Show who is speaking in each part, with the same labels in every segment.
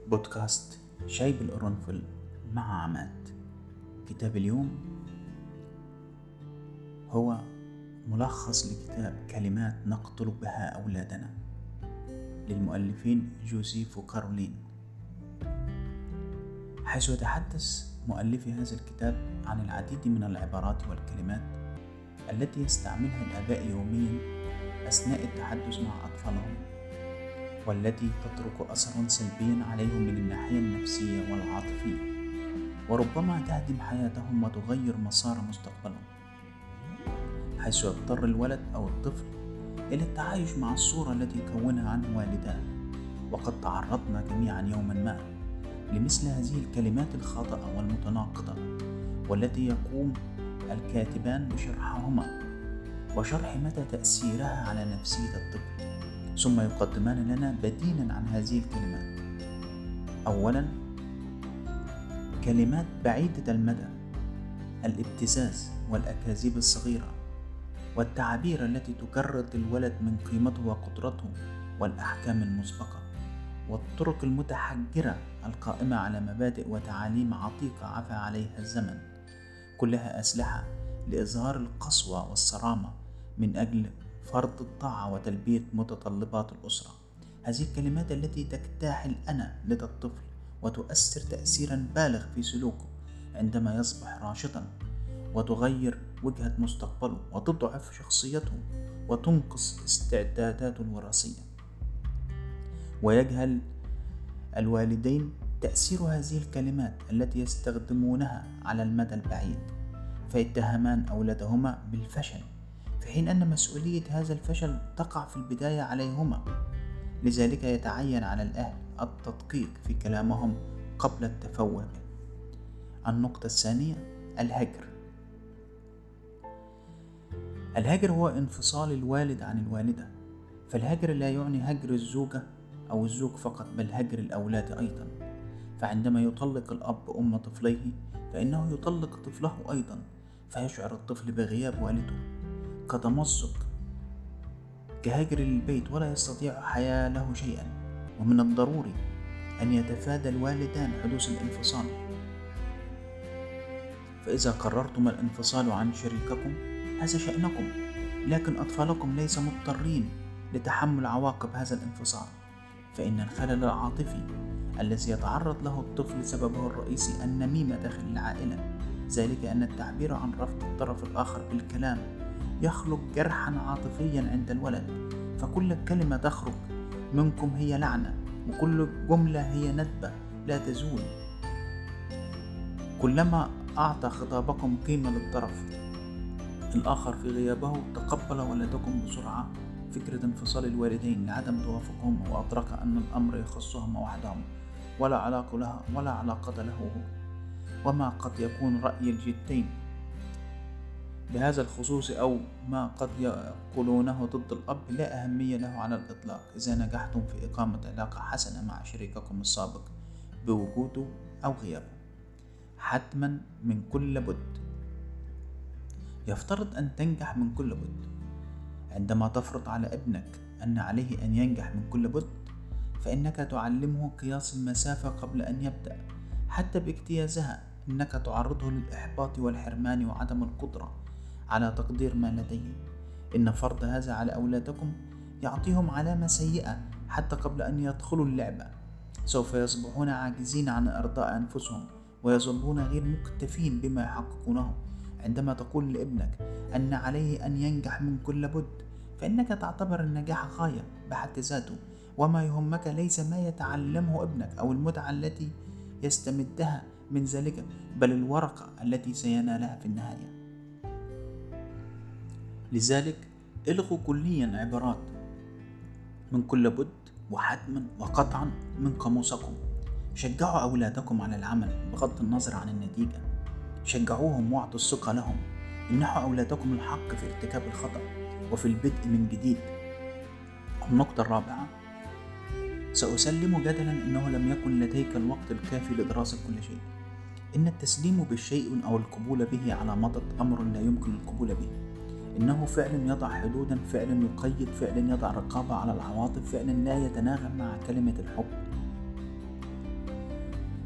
Speaker 1: بودكاست شاي بالقرنفل مع عماد. كتاب اليوم هو ملخص لكتاب كلمات نقتل بها أولادنا للمؤلفين جوزيف وكارولين، حيث يتحدث مؤلفي هذا الكتاب عن العديد من العبارات والكلمات التي يستعملها الآباء يوميا أثناء التحدث مع أطفالهم، والتي تترك أثرا سلبيا عليهم من الناحية النفسية والعاطفية، وربما تهدم حياتهم وتغير مسار مستقبلهم، حيث يضطر الولد أو الطفل إلى التعايش مع الصورة التي كونها عنه والداه. وقد تعرضنا جميعا يوما ما لمثل هذه الكلمات الخاطئة والمتناقضة، والتي يقوم الكاتبان بشرحهما وشرح مدى تأثيرها على نفسية الطفل، ثم يقدمان لنا بديلا عن هذه الكلمات. أولا، كلمات بعيدة المدى، الابتزاز والأكاذيب الصغيرة، والتعابير التي تجرد الولد من قيمته وقدرته والأحكام المسبقة، والطرق المتحجرة القائمة على مبادئ وتعاليم عتيقة عفى عليها الزمن، كلها أسلحة لإظهار القسوة والصرامة من أجل فرض الطاعة وتلبية متطلبات الأسرة. هذه الكلمات التي تجتاح الأنا لدى الطفل وتؤثر تأثيرا بالغ في سلوكه عندما يصبح راشدا، وتغير وجهة مستقبله وتضعف شخصيته وتنقص استعداداته الوراثية. ويجهل الوالدين تأثير هذه الكلمات التي يستخدمونها على المدى البعيد، فيتهمان أولادهما بالفشل، في حين أن مسؤولية هذا الفشل تقع في البداية عليهما. لذلك يتعين على الأهل التدقيق في كلامهم قبل التفوه به. النقطة الثانية، الهجر هو انفصال الوالد عن الوالدة، فالهجر لا يعني هجر الزوجة أو الزوج فقط، بل هجر الأولاد أيضا. فعندما يطلق الأب أم طفليه فإنه يطلق طفله أيضا، فيشعر الطفل بغياب والده كتمزق، كهجر للبيت، ولا يستطيع حياة له شيئا. ومن الضروري أن يتفادى الوالدان حدوث الانفصال. فإذا قررتم الانفصال عن شريككم هذا شأنكم، لكن أطفالكم ليس مضطرين لتحمل عواقب هذا الانفصال. فإن الخلل العاطفي الذي يتعرض له الطفل سببه الرئيسي النميمة داخل العائلة، ذلك أن التعبير عن رفض الطرف الآخر بالكلام يخلق جرحا عاطفيا عند الولد. فكل كلمة تخرج منكم هي لعنة، وكل جملة هي ندبة لا تزول. كلما أعطى خطابكم قيمة للطرف الآخر في غيابه، تقبل ولدكم بسرعة فكرة انفصال الوالدين لعدم توافقهم، وأدرك أن الأمر يخصهما وحدهم ولا علاقة له هو. وما قد يكون رأي الجدين بهذا الخصوص أو ما قد يقولونه ضد الأب لا أهمية له على الإطلاق إذا نجحتم في إقامة علاقة حسنة مع شريككم السابق بوجوده أو غيابه. حتما من كل بد، يفترض أن تنجح من كل بد. عندما تفرض على ابنك أن عليه أن ينجح من كل بد، فإنك تعلمه قياس المسافة قبل أن يبدأ، حتى باجتيازها إنك تعرضه للإحباط والحرمان وعدم القدرة على تقدير ما لديه. إن فرض هذا على أولادكم يعطيهم علامة سيئة حتى قبل أن يدخلوا اللعبة. سوف يصبحون عاجزين عن إرضاء أنفسهم، ويظلون غير مكتفين بما يحققونه. عندما تقول لابنك أن عليه أن ينجح من كل بد، فإنك تعتبر النجاح غاية بحد ذاته، وما يهمك ليس ما يتعلمه ابنك أو المتعة التي يستمدها من ذلك، بل الورقة التي سينالها في النهاية. لذلك الغوا كليا عبارات من كل بد وحتما وقطعا من قاموسكم. شجعوا أولادكم على العمل بغض النظر عن النتيجة. شجعوهم واعطوا الثقة لهم. امنحوا أولادكم الحق في ارتكاب الخطأ وفي البدء من جديد. النقطة الرابعة، سأسلم جدلا أنه لم يكن لديك الوقت الكافي لدراسة كل شيء. إن التسليم بالشيء أو القبول به على مضض أمر لا يمكن القبول به. إنه فعل يضع حدودا، فعل يقيد، فعل يضع رقابة على العواطف، فعل لا يتناغم مع كلمة الحب.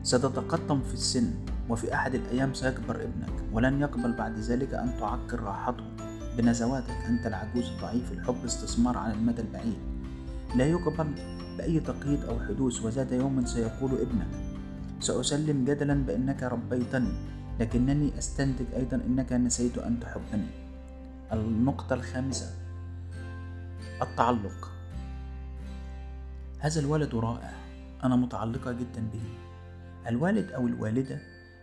Speaker 1: ستتقدم في السن، وفي أحد الأيام سيكبر ابنك، ولن يقبل بعد ذلك أن تعكر راحته بنزواتك. أنت العجوز الضعيف، الحب استثمار على المدى البعيد، لا يقبل بأي تقييد أو حدوث. وذات يوم سيقول ابنك: سأسلم جدلا بأنك ربيتني، لكنني أستنتج أيضا أنك نسيت أن تحبني. النقطة الخامسة: التعلق. هذا الولد رائع، أنا متعلقة جدا به. الوالد أو الوالدة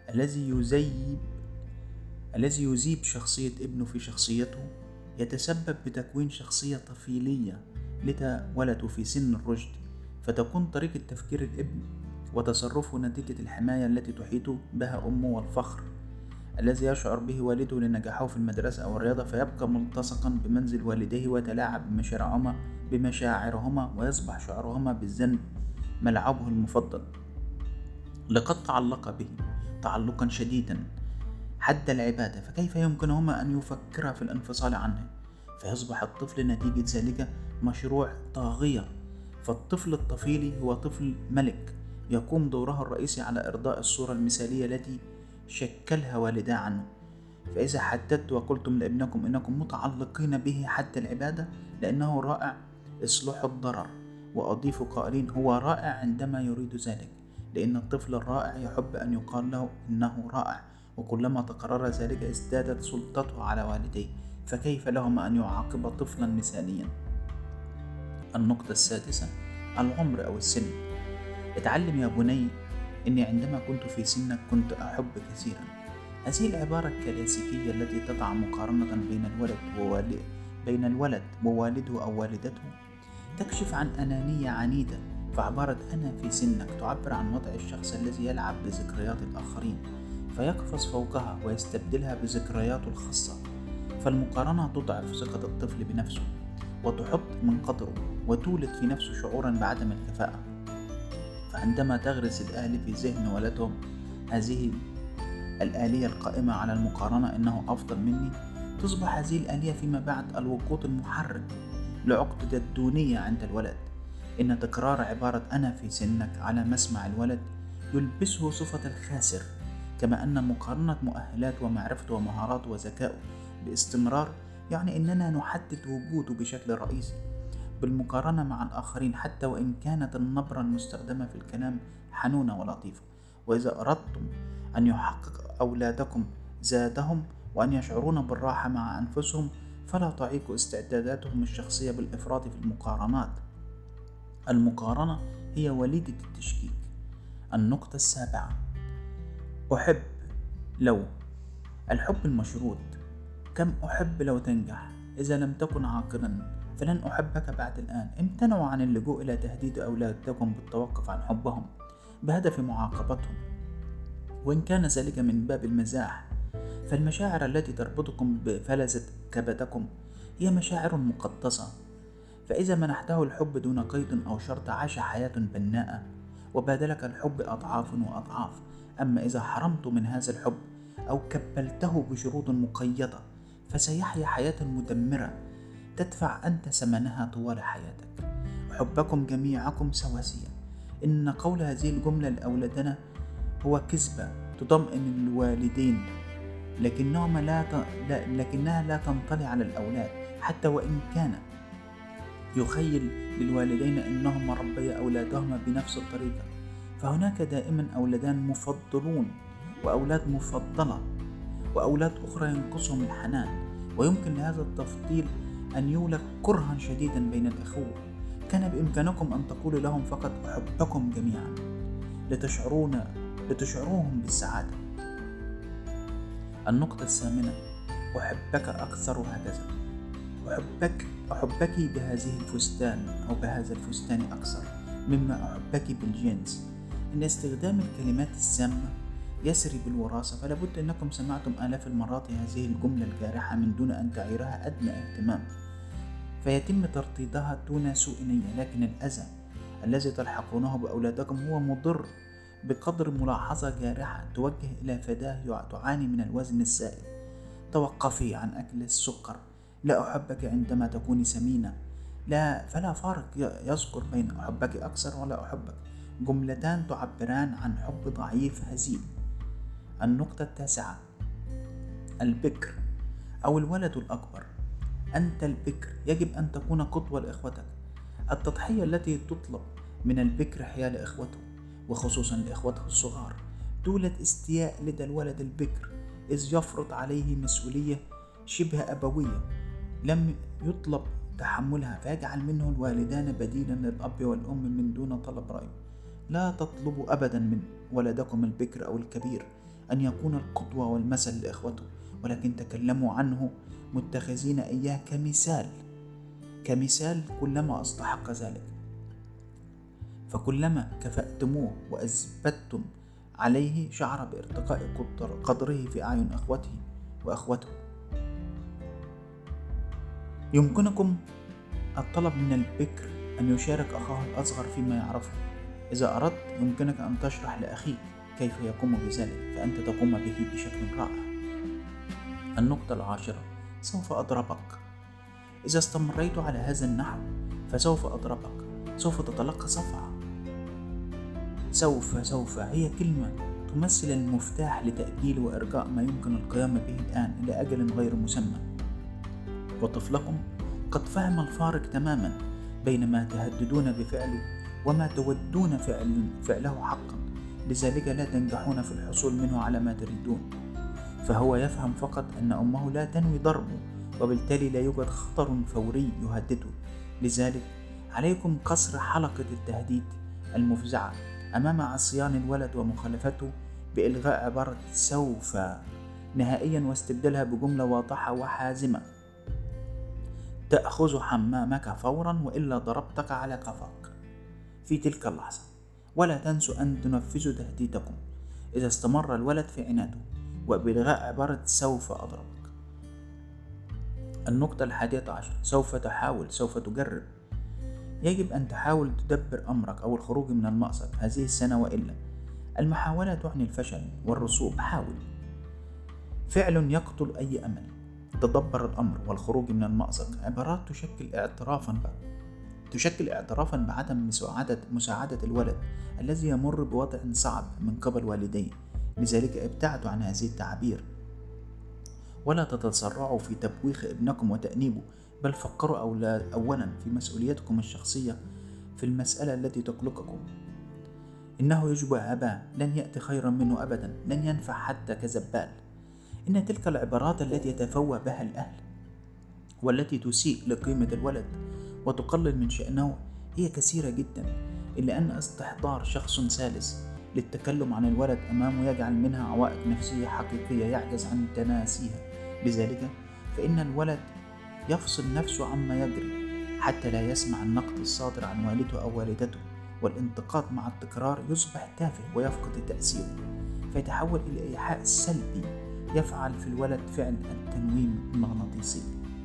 Speaker 1: الذي يذيب شخصية ابنه في شخصيته يتسبب بتكوين شخصية طفيلية لتولد في سن الرشد، فتكون طريقة تفكير الابن وتصرفه نتيجة الحماية التي تحيط بها أمه، والفخر الذي يشعر به والده لنجاحه في المدرسة أو الرياضة، فيبقى ملتصقا بمنزل والديه ويتلاعب بمشاعرهما ويصبح شعورهما بالذنب ملعبه المفضل. لقد تعلق به تعلقا شديدا حد العبادة، فكيف يمكنهما أن يفكرا في الانفصال عنه؟ فيصبح الطفل نتيجة ذلك مشروع طاغية. فالطفل الطفيلي هو طفل ملك يقوم دوره الرئيسي على إرضاء الصورة المثالية التي شكلها والدا عنه. فإذا حددت وقلتم لابنكم إنكم متعلقين به حتى العبادة لأنه رائع، اصلحوا الضرر، وأضيف قائلين: هو رائع عندما يريد ذلك، لأن الطفل الرائع يحب أن يقال له إنه رائع، وكلما تكرر ذلك ازدادت سلطته على والديه، فكيف لهما أن يعاقب طفلا مثاليا؟ النقطة السادسة: العمر أو السن. اتعلم يا بني إني عندما كنت في سنك كنت أحب كثيرا. هذه العبارة الكلاسيكية التي تضع مقارنة بين الولد ووالده أو والدته تكشف عن أنانية عنيدة. فعبارة أنا في سنك تعبر عن وضع الشخص الذي يلعب بذكريات الآخرين فيقفز فوقها ويستبدلها بذكرياته الخاصة. فالمقارنة تضعف ثقة الطفل بنفسه وتحط من قدره وتولد في نفسه شعورا بعدم الكفاءة. فعندما تغرس الأهل في ذهن ولدهم هذه الآلية القائمة على المقارنة، إنه أفضل مني، تصبح هذه الآلية فيما بعد الوقود المحرك لعقدة الدونية عند الولد. إن تكرار عبارة أنا في سنك على مسمع الولد يلبسه صفة الخاسر، كما أن مقارنة مؤهلات ومعرفة ومهارات وذكاء باستمرار يعني أننا نحدد وجوده بشكل رئيسي بالمقارنة مع الآخرين، حتى وإن كانت النبرة المستخدمة في الكلام حنونة ولطيفة. وإذا أردتم أن يحقق أولادكم ذاتهم وأن يشعرون بالراحة مع أنفسهم، فلا تعيق استعداداتهم الشخصية بالإفراط في المقارنات. المقارنة هي وليدة التشكيك. النقطة السابعة: أحب لو. الحب المشروط. كم أحب لو تنجح؟ إذا لم تكن عاقلا فلن أحبك بعد الآن. امتنعوا عن اللجوء إلى تهديد أولادكم بالتوقف عن حبهم بهدف معاقبتهم، وإن كان ذلك من باب المزاح. فالمشاعر التي تربطكم بفلذة كبدكم هي مشاعر مقدسة، فإذا منحته الحب دون قيد أو شرط عاش حياة بناءة وبادلك الحب أضعاف وأضعاف. أما إذا حرمت من هذا الحب أو كبلته بشروط مقيدة فسيحيا حياة مدمرة تدفع أنت ثمنها طوال حياتك. أحبكم جميعكم سواسيا. إن قول هذه الجملة لأولادنا هو كذبة تطمئن الوالدين، لكنها لا تنطلي على الأولاد، حتى وإن كان يخيل للوالدين أنهما ربيا أولادهما بنفس الطريقة. فهناك دائما أولادان مفضلون وأولاد مفضلة وأولاد أخرى ينقصهم الحنان، ويمكن لهذا التفضيل أن يولد كرها شديدا بين الإخوة. كان بإمكانكم أن تقولوا لهم فقط أحبكم جميعا لتشعروهم بالسعادة. النقطة الثامنة: أحبك أكثر هكذا. أحبك بهذه الفستان أو بهذا الفستان أكثر مما أحبك بالجنس. إن استخدام الكلمات السامة يسري بالوراثة، فلا بد أنكم سمعتم آلاف المرات هذه الجملة الجارحة من دون أن تعيرها أدنى اهتمام، فيتم ترطيدها دون سوء نية. لكن الأذى الذي تلحقونه بأولادكم هو مضر بقدر ملاحظة جارحة توجه إلى فتاة تعاني من الوزن الزائد: توقفي عن أكل السكر. لا أحبك عندما تكوني سمينة. فلا فارق يذكر بين أحبك أكثر ولا أحبك. جملتان تعبران عن حب ضعيف هزيل. النقطة 9: البكر أو الولد الأكبر. أنت البكر، يجب أن تكون قدوة لإخوتك. التضحية التي تطلب من البكر حيال إخوته، وخصوصا لإخوته الصغار، تولد استياء لدى الولد البكر، إذ يفرض عليه مسؤولية شبه أبوية لم يطلب تحملها، فيجعل منه الوالدان بديلا للأب والأم من دون طلب رأيه. لا تطلبوا أبدا من ولدكم البكر أو الكبير أن يكون القدوة والمثل لإخوته، ولكن تكلموا عنه متخذين إياه كمثال كلما استحق ذلك. فكلما كفأتموه وأثبتتم عليه شعر بارتقاء قدره في أعين إخوته وأخوته. يمكنكم الطلب من البكر أن يشارك أخاه الأصغر فيما يعرفه. إذا أردت يمكنك أن تشرح لأخيك كيف يقوم بذلك، فأنت تقوم به بشكل رائع. النقطة 10: سوف أضربك. إذا استمريت على هذا النحو فسوف أضربك، سوف تتلقى صفعة. سوف هي كلمة تمثل المفتاح لتأجيل وإرجاء ما يمكن القيام به الآن إلى أجل غير مسمى. وطفلكم قد فهم الفارق تماما بين ما تهددون بفعله وما تودون فعله حقا، لذلك لا تنجحون في الحصول منه على ما تريدون. فهو يفهم فقط أن أمه لا تنوي ضربه، وبالتالي لا يوجد خطر فوري يهدده. لذلك عليكم كسر حلقة التهديد المفزعة أمام عصيان الولد ومخالفته بإلغاء عبارة سوف نهائيا، واستبدالها بجملة واضحة وحازمة: تأخذ حمامك فورا وإلا ضربتك على قفاك في تلك اللحظة. ولا تنسوا أن تنفذوا تهديدكم إذا استمر الولد في عناده وبإلغاء عبارة سوف أضربك. النقطة 11: سوف تحاول، سوف تجرب. يجب أن تحاول تدبر أمرك أو الخروج من المأزق هذه السنة، وإلا المحاولة تعني الفشل والرسوب. حاول. فعل يقتل أي أمل. تدبر الأمر والخروج من المأزق عبارات تشكل اعترافا بعدم مساعدة الولد الذي يمر بوضع صعب من قبل والديه. لذلك ابتعدوا عن هذه التعابير، ولا تتسرعوا في تبويخ ابنكم وتأنيبه، بل فكروا أولا في مسؤوليتكم الشخصية في المسألة التي تقلقكم. إنه يشبه أباه، لن يأتي خيرا منه أبدا، لن ينفع حتى كزبال. إن تلك العبارات التي يتفوه بها الأهل والتي تسيء لقيمة الولد وتقلل من شأنه هي كثيرة جدا، إلا أن استحضار شخص ثالث للتكلم عن الولد أمامه يجعل منها عوائق نفسية حقيقية يعجز عن تناسيها. لذلك فإن الولد يفصل نفسه عما يجري حتى لا يسمع النقد الصادر عن والده أو والدته، والانتقاد مع التكرار يصبح تافه ويفقد تأثيره، فيتحول إلى إيحاء سلبي يفعل في الولد فعل التنويم المغناطيسي.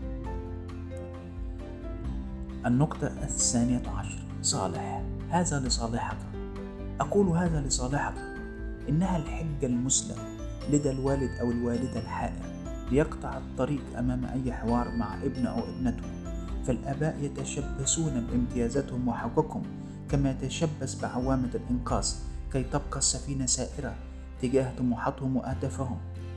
Speaker 1: النقطة 12: صالح. هذا لصالحك. أقول هذا لصالحك. إنها الحجة المثلى لدى الوالد أو الوالدة الحائر ليقطع الطريق أمام أي حوار مع ابن أو ابنته. فالآباء يتشبثون بامتيازاتهم وحقوقهم كما يتشبث بعوامة الإنقاذ كي تبقى السفينة سائرة تجاه طموحاتهم وأهدافهم.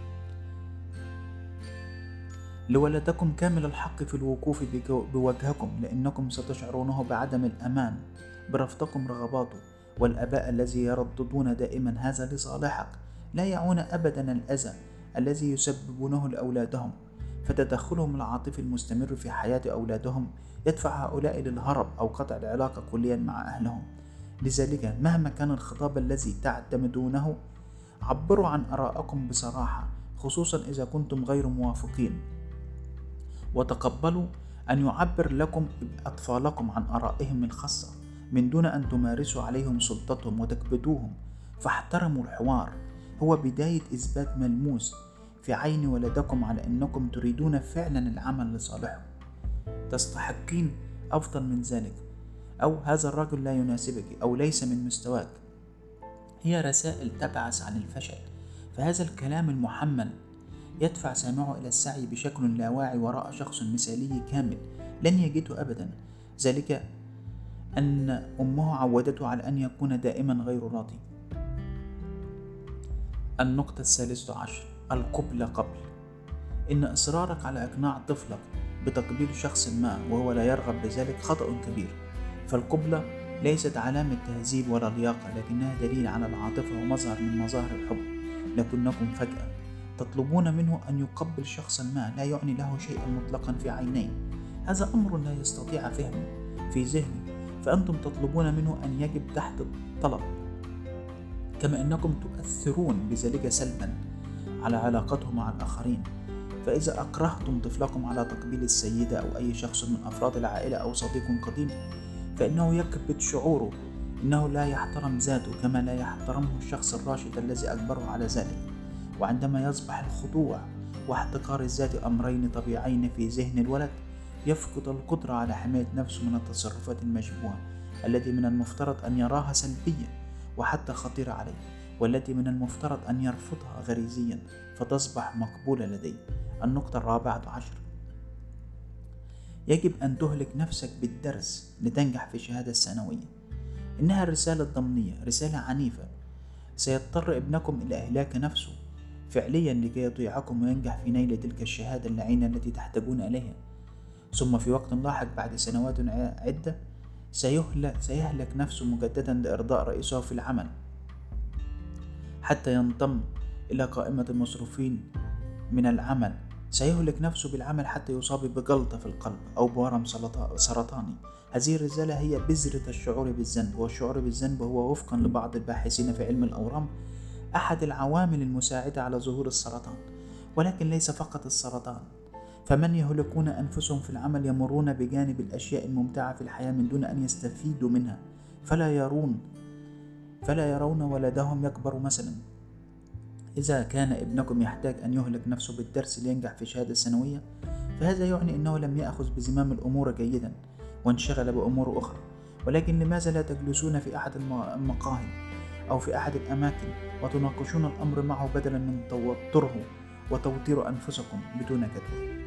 Speaker 1: لولدكم كامل الحق في الوقوف بوجهكم، لأنكم ستشعرونه بعدم الأمان برفضكم رغباته. والآباء الذي يرددون دائما هذا لصالحك لا يعون أبدا الأذى الذي يسببونه لأولادهم، فتدخلهم العاطفي المستمر في حياة أولادهم يدفع هؤلاء للهرب أو قطع العلاقة كليا مع أهلهم. لذلك مهما كان الخطاب الذي تعتمدونه عبروا عن آرائكم بصراحة، خصوصا إذا كنتم غير موافقين، وتقبلوا أن يعبر لكم أطفالكم عن آرائهم الخاصة من دون أن تمارسوا عليهم سلطتهم وتكبدوهم. فاحترموا الحوار، هو بداية إثبات ملموس في عين ولدكم على أنكم تريدون فعلا العمل لصالحه. تستحقين أفضل من ذلك، أو هذا الرجل لا يناسبك أو ليس من مستواك. هي رسائل تبعث عن الفشل، فهذا الكلام المحمل يدفع سامعه إلى السعي بشكل لا واعي وراء شخص مثالي كامل لن يجده أبدا. ذلك أن أمه عودته على أن يكون دائما غير راضي. النقطة 13 القبلة قبل. إن إصرارك على إقناع طفلك بتقبيل شخص ما وهو لا يرغب بذلك خطأ كبير، فالقبلة ليست علامة تهذيب ولا لياقة، لكنها دليل على العاطفة ومظهر من مظاهر الحب. لكنكم فجأة تطلبون منه أن يقبل شخصا ما لا يعني له شيئا مطلقا في عينيه. هذا أمر لا يستطيع فهمه في ذهنه، فأنتم تطلبون منه أن يجب تحت الطلب، كما أنكم تؤثرون بذلك سلبا على علاقته مع الآخرين. فإذا أكرهتم طفلكم على تقبيل السيدة أو أي شخص من أفراد العائلة أو صديق قديم، فإنه يكبت شعوره إنه لا يحترم ذاته كما لا يحترمه الشخص الراشد الذي أجبره على ذلك. وعندما يصبح الخضوع واحتقار الذات أمرين طبيعيين في ذهن الولد، يفقد القدرة على حماية نفسه من التصرفات المشبوهة التي من المفترض أن يراها سلبية وحتى خطيرة عليه، والتي من المفترض أن يرفضها غريزيا فتصبح مقبولة لديه. النقطة 14 يجب أن تهلك نفسك بالدرس لتنجح في الشهادة الثانوية. إنها رسالة ضمنية، رسالة عنيفة. سيضطر ابنكم إلى إهلاك نفسه فعليا لكي يطيعكم وينجح في نيل تلك الشهادة اللعينة التي تحتاجون إليها. ثم في وقت لاحق بعد سنوات عدة سيهلك نفسه مجددا لإرضاء رئيسه في العمل، حتى ينضم إلى قائمة المصروفين من العمل. سيهلك نفسه بالعمل حتى يصاب بجلطة في القلب أو بورم سرطاني. هذه الرسالة هي بذرة الشعور بالذنب، والشعور بالذنب هو وفقا لبعض الباحثين في علم الأورام أحد العوامل المساعدة على ظهور السرطان، ولكن ليس فقط السرطان. فمن يهلكون أنفسهم في العمل يمرون بجانب الأشياء الممتعة في الحياة من دون أن يستفيدوا منها، فلا يرون ولدهم يكبر مثلا. إذا كان ابنكم يحتاج أن يهلك نفسه بالدرس لينجح في الشهادة الثانوية، فهذا يعني أنه لم يأخذ بزمام الأمور جيدا وانشغل بأمور أخرى. ولكن لماذا لا تجلسون في أحد المقاهي أو في أحد الأماكن وتناقشون الأمر معه بدلا من توتره وتوتير أنفسكم بدون كتب؟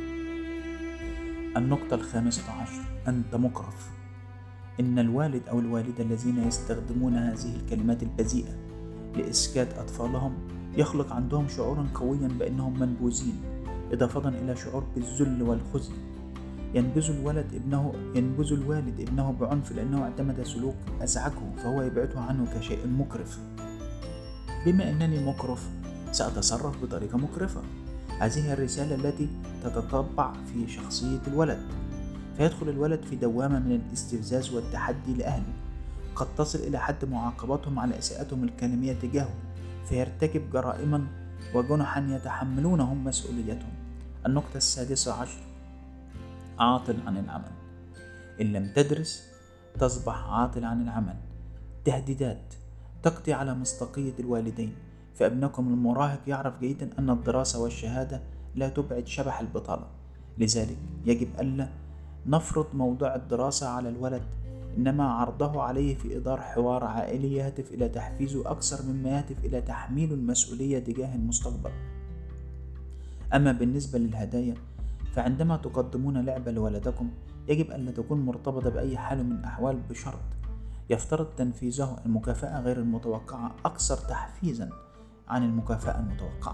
Speaker 1: النقطة 15 أنت مكرف. إن الوالد أو الوالدة الذين يستخدمون هذه الكلمات البذيئة لإسكات أطفالهم يخلق عندهم شعورا قويا بأنهم منبوذين، إضافة إلى شعور بالذل والخزي. ينبذ الوالد ابنه بعنف لأنه اعتمد سلوك أزعجه، فهو يبعده عنه كشيء مكرف. بما أنني مكرف سأتصرف بطريقة مكرفة. هذه الرسالة التي تتطبع في شخصية الولد، فيدخل الولد في دوامة من الاستفزاز والتحدي لأهله، قد تصل إلى حد معاقبتهم على إساءتهم الكلامية تجاهه، فيرتكب جرائما وجنحا يتحملونهم مسؤوليتهم. النقطة 16 عاطل عن العمل. إن لم تدرس تصبح عاطل عن العمل. تهديدات تقضي على مصداقية الوالدين، فابنكم المراهق يعرف جيدا أن الدراسة والشهادة لا تبعد شبح البطالة. لذلك يجب ألا نفرض موضوع الدراسة على الولد، إنما عرضه عليه في إطار حوار عائلي يهدف إلى تحفيزه أكثر مما يهدف إلى تحميل المسؤولية تجاه المستقبل. أما بالنسبة للهدايا، فعندما تقدمون لعبة لولدكم يجب أن لا تكون مرتبطة بأي حال من الأحوال، بشرط يفترض تنفيذه المكافأة غير المتوقعة أكثر تحفيزا عن المكافأة المتوقعة.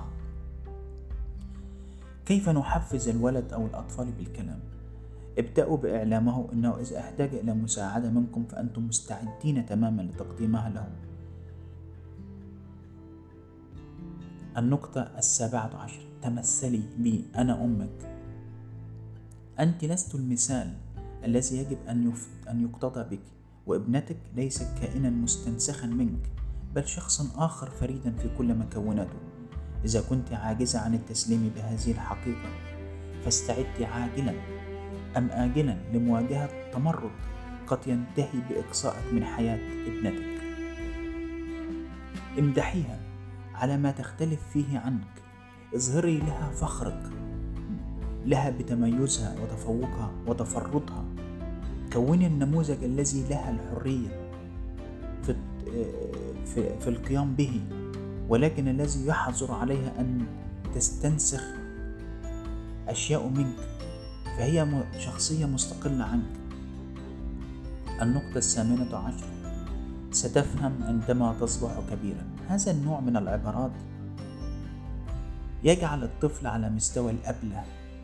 Speaker 1: كيف نحفز الولد أو الأطفال بالكلام؟ ابدأوا بإعلامه أنه إذا احتاج إلى مساعدة منكم فأنتم مستعدين تماما لتقديمها له. النقطة 17 تمثلي بي، أنا أمك. أنت لست المثال الذي يجب أن يقتضى بك، وابنتك ليست كائنا مستنسخا منك، بل شخصا آخر فريدا في كل مكوناته. إذا كنت عاجزة عن التسليم بهذه الحقيقة، فاستعدي عاجلا أم آجلا لمواجهة تمرد قد ينتهي بإقصائك من حياة ابنتك. امدحيها على ما تختلف فيه عنك، اظهري لها فخرك لها بتميزها وتفوقها وتفردها. كوني النموذج الذي لها الحرية في القيام به، ولكن الذي يحظر عليها أن تستنسخ أشياء منك، فهي شخصية مستقلة عنك. النقطة 18: ستفهم عندما تصبح كبيرا. هذا النوع من العبارات يجعل الطفل على مستوى الأبلة،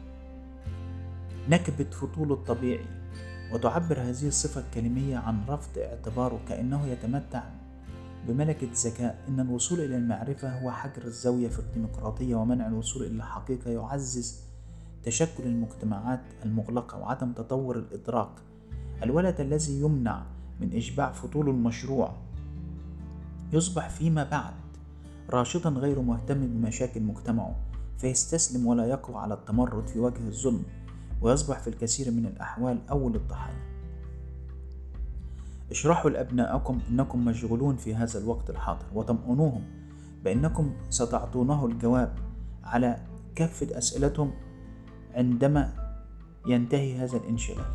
Speaker 1: نكبة فضوله الطبيعي، وتعبر هذه الصفة الكلمية عن رفض اعتباره كأنه يتمتع بملكة ذكاء. إن الوصول إلى المعرفة هو حجر الزاوية في الديمقراطية، ومنع الوصول إلى الحقيقة يعزز تشكل المجتمعات المغلقة وعدم تطور الإدراك. الولد الذي يمنع من إشباع فضوله المشروع يصبح فيما بعد راشدا غير مهتم بمشاكل مجتمعه، فيستسلم ولا يقوى على التمرد في وجه الظلم، ويصبح في الكثير من الأحوال أول الضحايا. اشرحوا لأبنائكم أنكم مشغولون في هذا الوقت الحاضر، وطمئنوهم بأنكم ستعطونه الجواب على كافة أسئلتهم عندما ينتهي هذا الانشغال.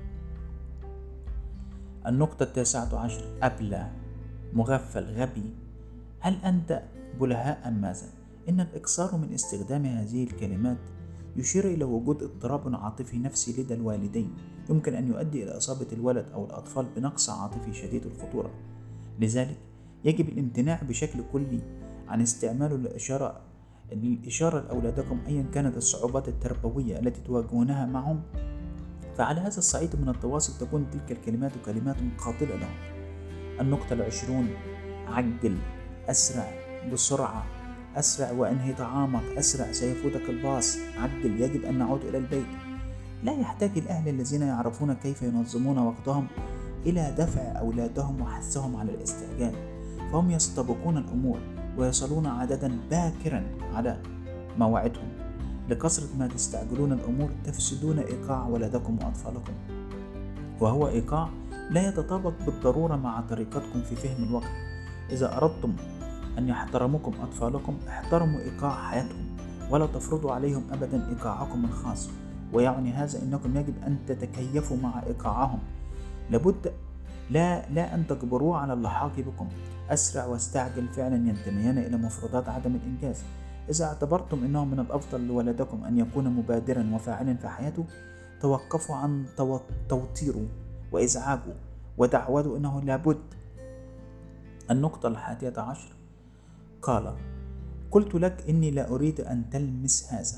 Speaker 1: النقطة 19: أبلة، مغفل، غبي. هل أنت بلهاء أم ماذا؟ إن الإكثار من استخدام هذه الكلمات يشير إلى وجود اضطراب عاطفي نفسي لدى الوالدين، يمكن أن يؤدي إلى إصابة الولد أو الأطفال بنقص عاطفي شديد الخطورة. لذلك يجب الامتناع بشكل كلي عن استعماله للإشارة لأولادكم أيا كانت الصعوبات التربوية التي تواجهونها معهم. فعلى هذا الصعيد من التواصل تكون تلك الكلمات كلمات قاتلة لهم. النقطة 20: عجل، أسرع، بسرعة، أسرع وأنهي طعامك، أسرع سيفوتك الباص، عجل، يجب أن نعود إلى البيت. لا يحتاج الأهل الذين يعرفون كيف ينظمون وقتهم إلى دفع أولادهم وحثهم على الاستعجال، فهم يستبقون الأمور ويصلون عادة باكرا على موعدهم. لكثرة ما تستعجلون الأمور تفسدون إيقاع ولدكم وأطفالكم، وهو إيقاع لا يتطابق بالضرورة مع طريقتكم في فهم الوقت. إذا أردتم أن يحترمكم أطفالكم، احترموا إيقاع حياتهم، ولا تفرضوا عليهم أبدا إيقاعكم الخاص. ويعني هذا أنكم يجب أن تتكيفوا مع إيقاعهم، لابد لا أن تجبروه على اللحاق بكم. أسرع واستعجل فعلا ينتميان إلى مفردات عدم الإنجاز. إذا اعتبرتم أنه من الأفضل لولدكم أن يكون مبادرا وفاعلا في حياته، توقفوا عن توتيره وإزعاجه ودعوته أنه لابد. النقطة 11: قال: قلت لك إني لا أريد أن تلمس هذا.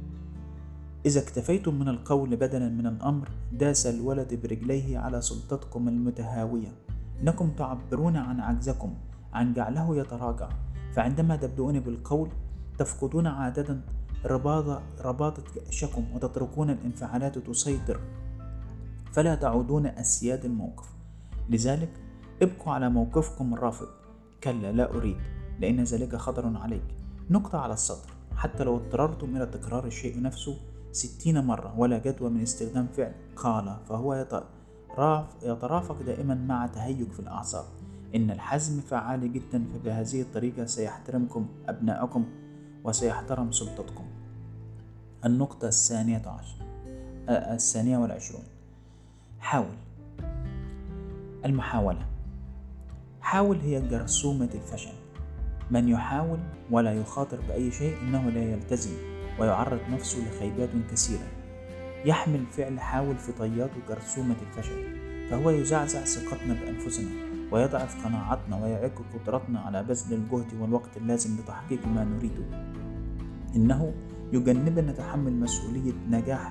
Speaker 1: إذا اكتفيتم من القول بدلا من الأمر، داس الولد برجليه على سلطتكم المتهاوية. إنكم تعبرون عن عجزكم عن جعله يتراجع، فعندما تبدؤون بالقول تفقدون عادة رباطة كأشكم وتتركون الانفعالات تسيطر، فلا تعودون أسياد الموقف. لذلك ابقوا على موقفكم الرافض: كلا، لا أريد، لأن ذلك خطر عليك. نقطة على السطر. حتى لو اضطررتم إلى تكرار الشيء نفسه 60 مرة ولا جدوى من استخدام فعل قال، فهو يترافق دائما مع تهيج في الأعصاب. إن الحزم فعال جدا، فبهذه الطريقة سيحترمكم أبنائكم وسيحترم سلطتكم. النقطة 22: حاول. المحاولة. حاول هي جرثومة الفشل. من يحاول ولا يخاطر بأي شيء إنه لا يلتزم ويعرض نفسه لخيبات كثيرة. يحمل فعل حاول في طياته جرثومة الفشل، فهو يزعزع ثقتنا بأنفسنا ويضعف قناعتنا ويعيق قدرتنا على بذل الجهد والوقت اللازم لتحقيق ما نريده. إنه يجنبنا تحمل مسؤولية نجاح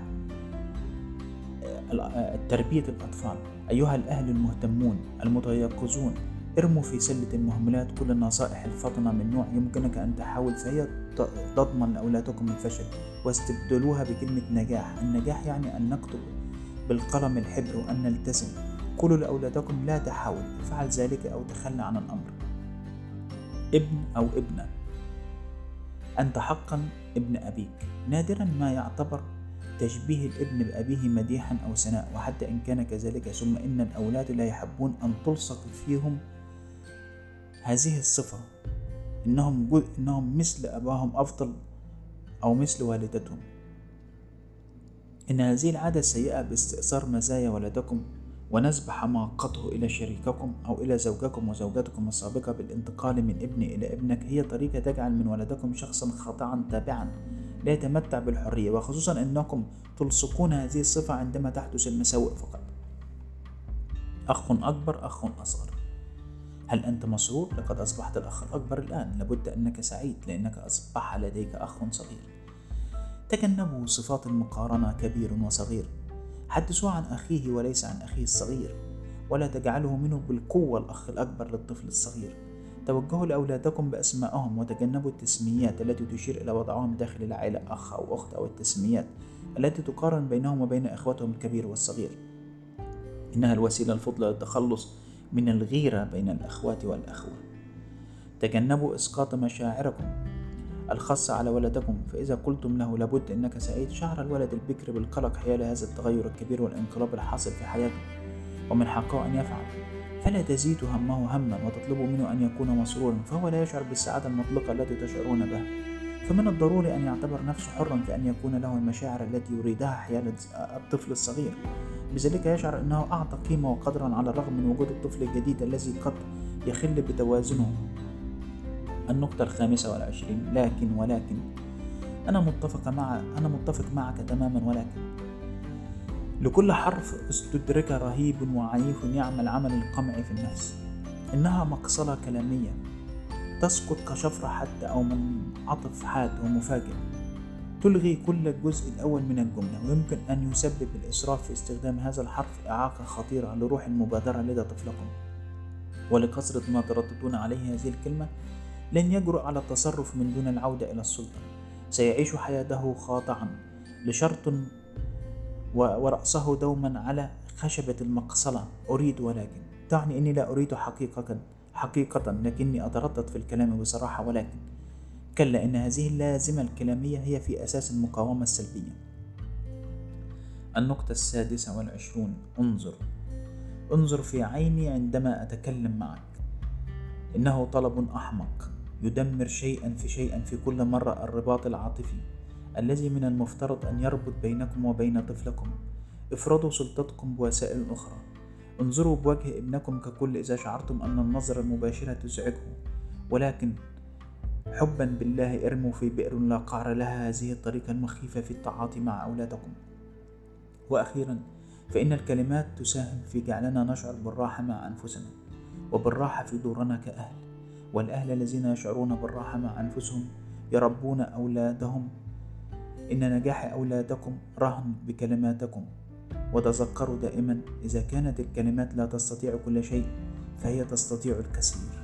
Speaker 1: تربية الأطفال. أيها الأهل المهتمون المتيقظون، ارموا في سلة المهملات كل النصائح الفطنة من نوع يمكنك أن تحاول فهي تضمن لأولادكم الفشل، واستبدلوها بكلمة نجاح. النجاح يعني أن نكتب بالقلم الحبر وأن نلتزم. قولوا لأولادكم: لا تحاول، افعل ذلك أو تخلى عن الأمر. ابن أو ابنة، أنت حقا ابن أبيك. نادرا ما يعتبر تشبيه الابن بأبيه مديحا أو ثناء، وحتى إن كان كذلك، ثم إن الأولاد لا يحبون أن تلصق فيهم هذه الصفة، إنهم مثل أباهم أفضل أو مثل والدتهم. إن هذه العادة السيئة باستئثار مزايا ولدكم ونسب حماقته إلى شريككم أو إلى زوجكم وزوجتكم السابقة بالانتقال من ابن إلى ابنك هي طريقة تجعل من ولدكم شخصا خاضعا تابعا لا يتمتع بالحرية، وخصوصا أنكم تلصقون هذه الصفة عندما تحدث المساوئ فقط. أخ أكبر، أخ أصغر. هل أنت مسرور؟ لقد أصبحت الأخ الأكبر الآن. لابد أنك سعيد لأنك أصبح لديك أخ صغير. تجنبوا صفات المقارنة كبير وصغير. حدثوا عن أخيه وليس عن أخيه الصغير، ولا تجعله منه بالقوة الأخ الأكبر للطفل الصغير. توجهوا لأولادكم بأسمائهم، وتجنبوا التسميات التي تشير إلى وضعهم داخل العائلة أخ أو أخت، أو التسميات التي تقارن بينهم وبين إخوتهم الكبير والصغير. إنها الوسيلة الفضلى للتخلص من الغيرة بين الأخوات والأخوة. تجنبوا إسقاط مشاعركم الخاصة على ولدكم، فإذا قلتم له لابد أنك سعيد، شعر الولد البكر بالقلق حيال هذا التغير الكبير والانقلاب الحاصل في حياته، ومن حقه أن يفعل. فلا تزيدوا همه هما وتطلبوا منه أن يكون مسرورا، فهو لا يشعر بالسعادة المطلقة التي تشعرون بها. فمن الضروري أن يعتبر نفسه حرا في أن يكون له المشاعر التي يريدها حيال الطفل الصغير. بذلك يشعر أنه أعطى قيمة وقدرا على الرغم من وجود الطفل الجديد الذي قد يخل بتوازنه. النقطة 25. ولكن أنا متفق معك تماما. ولكن لكل حرف استدرك رهيب وعنيف يعمل عمل القمع في النفس. إنها مقصلة كلامية تسقط كشفرة حتى أو من عطف حاد ومفاجئ، تلغي كل الجزء الأول من الجملة، ويمكن أن يسبب الإسراف في استخدام هذا الحرف إعاقة خطيرة لروح المبادرة لدى طفلكم. ولكثرة ما ترددون عليه هذه الكلمة لن يجرؤ على التصرف من دون العودة إلى السلطة. سيعيش حياته خاضعا لشرط ورأسه دوما على خشبة المقصلة. أريد ولكن تعني أني لا أريد حقيقة لكني أتردد في الكلام بصراحة. ولكن كلا، إن هذه اللازمة الكلامية هي في أساس المقاومة السلبية. النقطة 26. انظر في عيني عندما أتكلم معك. إنه طلب أحمق يدمر شيئا في كل مرة الرباط العاطفي الذي من المفترض أن يربط بينكم وبين طفلكم. افرضوا سلطتكم بوسائل أخرى. انظروا بوجه ابنكم ككل إذا شعرتم أن النظرة المباشرة تزعجه، ولكن حبا بالله ارموا في بئر لا قعر لها هذه الطريقة المخيفة في التعاطي مع أولادكم. وأخيرا، فإن الكلمات تساهم في جعلنا نشعر بالراحة مع أنفسنا وبالراحة في دورنا كأهل. والأهل الذين يشعرون بالراحة مع أنفسهم يربون أولادهم. إن نجاح أولادكم رهن بكلماتكم. وتذكروا دائما، إذا كانت الكلمات لا تستطيع كل شيء فهي تستطيع الكثير.